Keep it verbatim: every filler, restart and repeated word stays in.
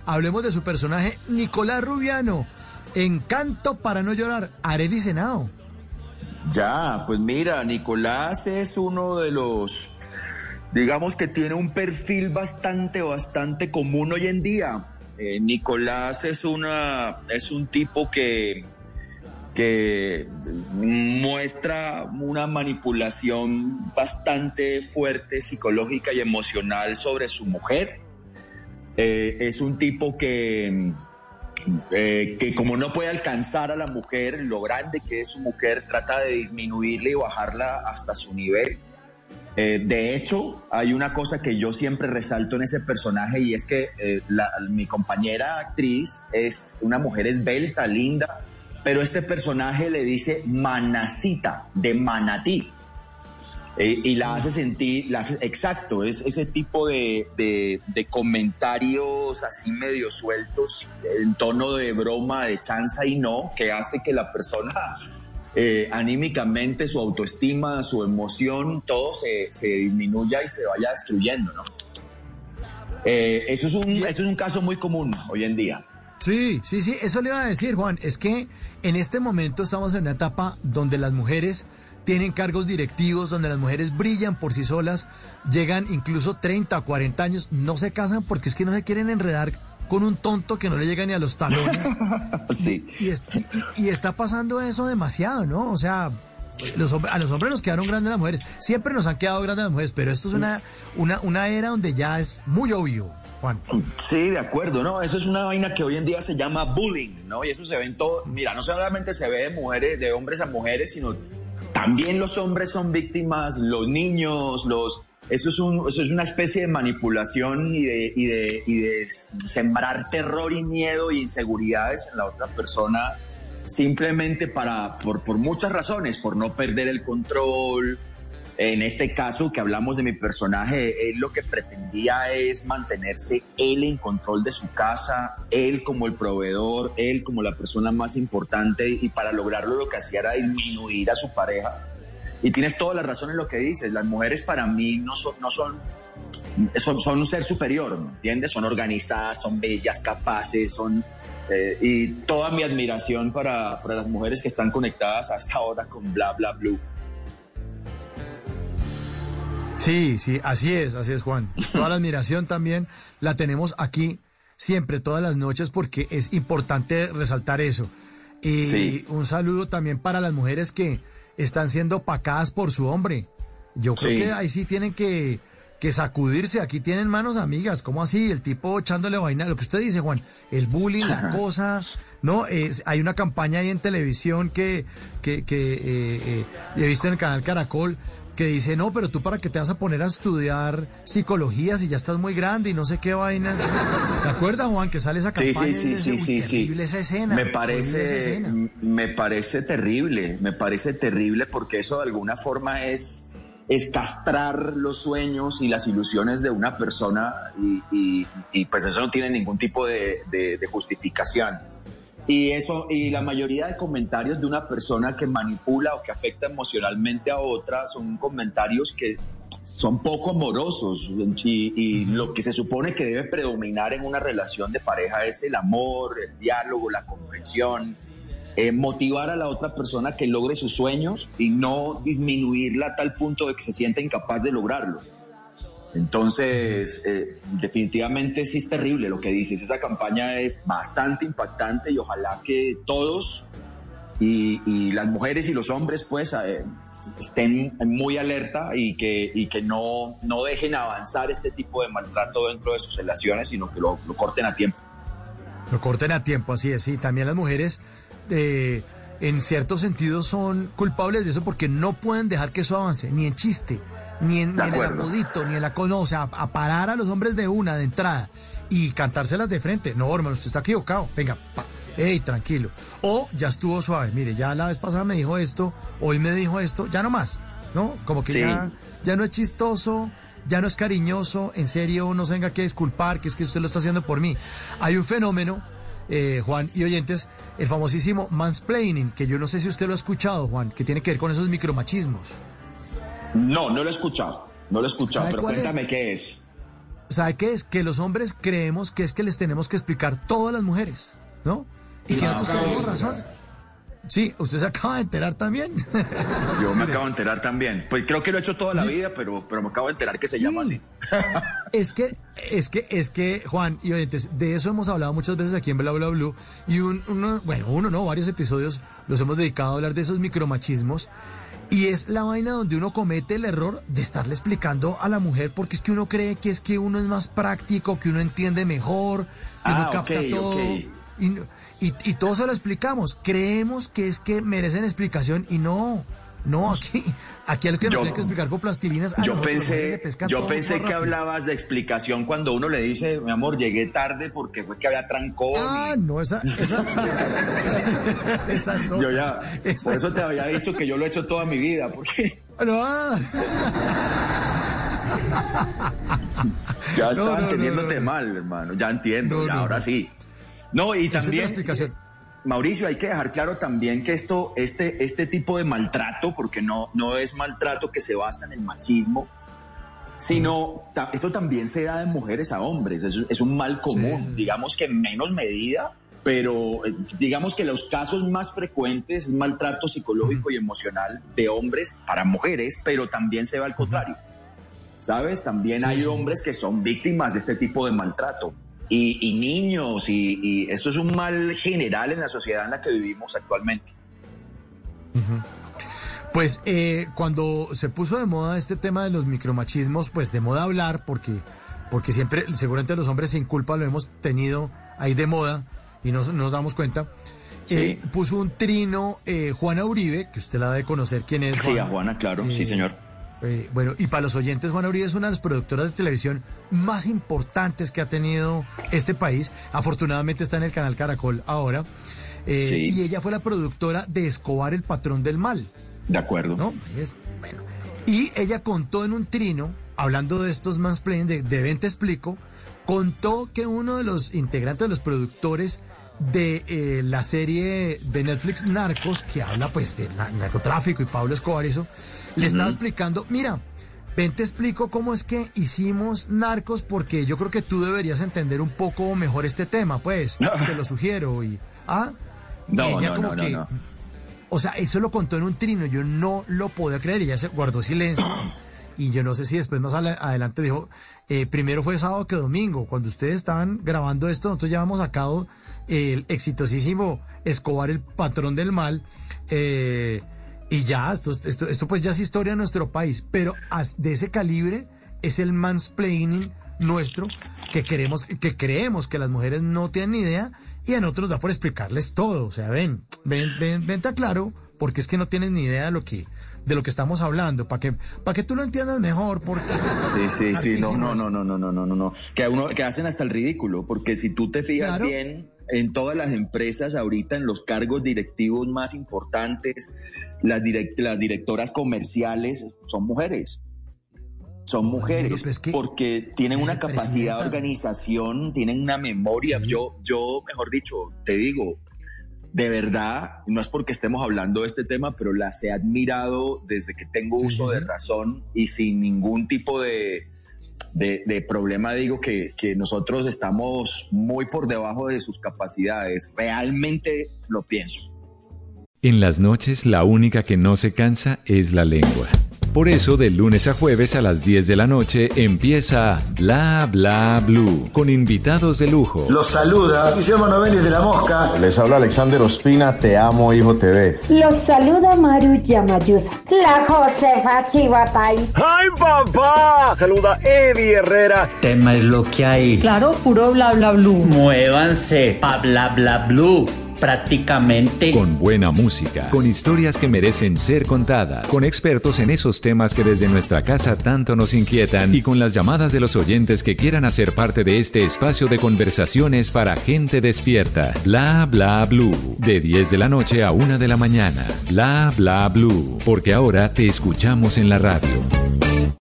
hablemos de su personaje Nicolás Rubiano, Encanto para no llorar, Arely Senao. Ya, pues mira, Nicolás es uno de los, digamos que tiene un perfil bastante, bastante común hoy en día. Eh, Nicolás es una, es un tipo que, que muestra una manipulación bastante fuerte, psicológica y emocional sobre su mujer. Eh, es un tipo que... Eh, que como no puede alcanzar a la mujer, lo grande que es su mujer, trata de disminuirla y bajarla hasta su nivel. Eh, de hecho, hay una cosa que yo siempre resalto en ese personaje y es que eh, la, mi compañera actriz es una mujer esbelta, linda, pero este personaje le dice manacita, de manatí. Eh, y la hace sentir, la hace, exacto, es ese tipo de, de, de comentarios así medio sueltos, en tono de broma, de chanza y no, que hace que la persona eh, anímicamente, su autoestima, su emoción, todo se, se disminuya y se vaya destruyendo, ¿no? Eh, eso es un, eso es un caso muy común hoy en día. Sí, sí, sí, eso le iba a decir, Juan, es que en este momento estamos en una etapa donde las mujeres tienen cargos directivos, donde las mujeres brillan por sí solas, llegan incluso treinta, cuarenta años, no se casan porque es que no se quieren enredar con un tonto que no le llega ni a los talones. Sí. Y, y, y, y está pasando eso demasiado, ¿no? O sea, los, a los hombres nos quedaron grandes las mujeres, siempre nos han quedado grandes las mujeres, pero esto es una, una, una era donde ya es muy obvio, Juan. Sí, de acuerdo, ¿no? Eso es una vaina que hoy en día se llama bullying, ¿no? Y eso se ve en todo, mira, no solamente se ve de mujeres, de hombres a mujeres, sino también los hombres son víctimas, los niños, los... Eso es, un, eso es una especie de manipulación y de, y, de, y de sembrar terror y miedo y inseguridades en la otra persona simplemente para, por, por muchas razones, por no perder el control. En este caso que hablamos de mi personaje, él lo que pretendía es mantenerse él en control de su casa, él como el proveedor, él como la persona más importante, y para lograrlo lo que hacía era disminuir a su pareja. Y tienes toda la razón en lo que dices, las mujeres para mí no son, no son, son, son un ser superior, ¿me entiendes? Son organizadas, son bellas, capaces, son... Eh, y toda mi admiración para, para las mujeres que están conectadas hasta ahora con Bla Bla Blue. Sí, sí, así es, así es, Juan. Toda la admiración también la tenemos aquí siempre, todas las noches, porque es importante resaltar eso. Y sí. Un saludo también para las mujeres que están siendo opacadas por su hombre. Yo creo sí. que ahí sí tienen que, que sacudirse. Aquí tienen manos amigas. ¿Cómo así? El tipo echándole vaina. Lo que usted dice, Juan, el bullying, la cosa... No, es, hay una campaña ahí en televisión que, que, que eh, eh, he visto en el canal Caracol, que dice, no, pero tú para qué te vas a poner a estudiar psicología si ya estás muy grande y no sé qué vaina. ¿Te acuerdas, Juan, que sale esa campaña? Sí, sí, sí, sí, sí, terrible sí. esa escena. Me parece, esa escena. me parece terrible, me parece terrible porque eso de alguna forma es, es castrar los sueños y las ilusiones de una persona y, y, y pues eso no tiene ningún tipo de, de, de justificación. Y eso, y la mayoría de comentarios de una persona que manipula o que afecta emocionalmente a otra son comentarios que son poco amorosos y, y lo que se supone que debe predominar en una relación de pareja es el amor, el diálogo, la comprensión, eh, motivar a la otra persona a que logre sus sueños y no disminuirla a tal punto de que se sienta incapaz de lograrlo. Entonces, eh, definitivamente sí es terrible lo que dices. Esa campaña es bastante impactante y ojalá que todos, y, y las mujeres y los hombres, pues, eh, estén muy alerta y que, y que no, no dejen avanzar este tipo de maltrato dentro de sus relaciones, sino que lo, lo corten a tiempo. Lo corten a tiempo, así es. Sí, también las mujeres, eh, en cierto sentido, son culpables de eso porque no pueden dejar que eso avance, ni en chiste. Ni en, ni en el apodito, ni en la cosa, no, o sea, a parar a los hombres de una, de entrada, y cantárselas de frente. No, hermano, usted está equivocado, venga, pa, hey, tranquilo. O ya estuvo suave, mire, ya la vez pasada me dijo esto, hoy me dijo esto, ya no más, ¿no? Como que sí. ya, ya no es chistoso, ya no es cariñoso, en serio, no se venga que disculpar, que es que usted lo está haciendo por mí. Hay un fenómeno, eh, Juan y oyentes, el famosísimo mansplaining, que yo no sé si usted lo ha escuchado, Juan, que tiene que ver con esos micromachismos. No, no lo he escuchado, no lo he escuchado, pero cuéntame es? qué es. ¿sabe qué es? Que los hombres creemos que es que les tenemos que explicar todo a las mujeres, ¿no? Y que nosotros tenemos razón. Sí, usted se acaba de enterar también. Yo me acabo de enterar también. Pues creo que lo he hecho toda la vida, pero, pero me acabo de enterar que se sí. llama así. Es que, es que, es que, Juan y oyentes, de eso hemos hablado muchas veces aquí en Bla Bla Blue. Y un, uno, bueno, uno no, varios episodios los hemos dedicado a hablar de esos micromachismos. Y es la vaina donde uno comete el error de estarle explicando a la mujer, porque es que uno cree que es que uno es más práctico, que uno entiende mejor, que ah, uno capta okay, todo. Okay. Y, y, y todos se lo explicamos. Creemos que es que merecen explicación y no, no, aquí, aquí a los que nos yo, tienen que explicar con plastilinas. Yo pensé, yo pensé que hablabas de explicación cuando uno le dice, mi amor, llegué tarde porque fue que había trancón. Ah, y... no, esa, esa, esa, esa es Yo ya, esa por eso es... te había dicho que yo lo he hecho toda mi vida, porque... No, ah. Ya estaba no, no, entendiéndote no, no. mal, hermano, ya entiendo, no, ya, no, ahora no. sí. No, y Esa también, es la explicación. Mauricio, hay que dejar claro también que esto, este, este tipo de maltrato, porque no, no es maltrato que se basa en el machismo, sino ta, esto también se da de mujeres a hombres, es, es un mal común, sí, sí. digamos que en menos medida, pero eh, digamos que los casos más frecuentes es maltrato psicológico uh-huh. y emocional de hombres para mujeres, pero también se va al contrario, ¿sabes? También sí, hay sí. hombres que son víctimas de este tipo de maltrato. Y, y niños, y, y esto es un mal general en la sociedad en la que vivimos actualmente. Uh-huh. Pues eh, cuando se puso de moda este tema de los micromachismos, pues de moda hablar, porque, porque siempre, seguramente los hombres sin culpa lo hemos tenido ahí de moda y no, no nos damos cuenta, sí. eh, puso un trino eh, Juana Uribe, que usted la debe conocer quién es. Juan. Sí, a Juana, claro, eh, sí señor. Eh, bueno, y para los oyentes, Juana Uribe es una de las productoras de televisión más importantes que ha tenido este país. Afortunadamente está en el canal Caracol ahora. Eh, sí. Y ella fue la productora de Escobar, el patrón del mal. De acuerdo. ¿No? Es, bueno. Y ella contó en un trino, hablando de estos mansplaining, de, de Ven Te Explico, contó que uno de los integrantes, de los productores de eh, la serie de Netflix Narcos, que habla pues de narcotráfico y Pablo Escobar y eso, le uh-huh. estaba explicando, mira, ven te explico cómo es que hicimos Narcos, porque yo creo que tú deberías entender un poco mejor este tema, pues, no. te lo sugiero. Y, ¿ah? No, y ella no, como no, que, no, no. O sea, eso lo contó en un trino, yo no lo podía creer, ella se guardó silencio. Y yo no sé si después más adelante dijo, eh, primero fue sábado que domingo, cuando ustedes estaban grabando esto, nosotros ya habíamos sacado el exitosísimo Escobar, el patrón del mal, eh, y ya, esto, esto, esto pues ya es historia de nuestro país, pero de ese calibre es el mansplaining nuestro, que queremos, que creemos que las mujeres no tienen ni idea, y a nosotros nos da por explicarles todo. O sea, ven, ven, ven, ven, te aclaro, porque es que no tienes ni idea de lo que, de lo que estamos hablando, para que, para que tú lo entiendas mejor, porque... Sí, sí, sí, no, no, no, no, no, no, no, no, que uno, que hacen hasta el ridículo, porque si tú te fijas claro. bien, en todas las empresas ahorita, en los cargos directivos más importantes, las, direct, las directoras comerciales son mujeres. Son mujeres, no, es que porque tienen una capacidad de organización, tienen una memoria. Sí. Yo, yo, mejor dicho, te digo, de verdad, no es porque estemos hablando de este tema, pero las he admirado desde que tengo uso sí, sí. de razón y sin ningún tipo de... De, de problema. Digo que, que nosotros estamos muy por debajo de sus capacidades, realmente lo pienso. En las noches la única que no se cansa es la lengua. Por eso, de lunes a jueves a las diez de la noche empieza Bla Bla Blue, con invitados de lujo. Los saluda Guillermo Novelli de La Mosca. Les habla Alexander Ospina, Te Amo Hijo T V. Los saluda Maru Yamayusa. La Josefa Chivatay. ¡Ay, papá! Saluda Eddie Herrera. Tema es lo que hay. Claro, puro Bla Bla Blue. Muévanse pa' Bla Bla Blue. Prácticamente. Con buena música, con historias que merecen ser contadas, con expertos en esos temas que desde nuestra casa tanto nos inquietan y con las llamadas de los oyentes que quieran hacer parte de este espacio de conversaciones para gente despierta. Bla Bla Blue, de diez de la noche a una de la mañana. Bla Bla Blue, porque ahora te escuchamos en la radio.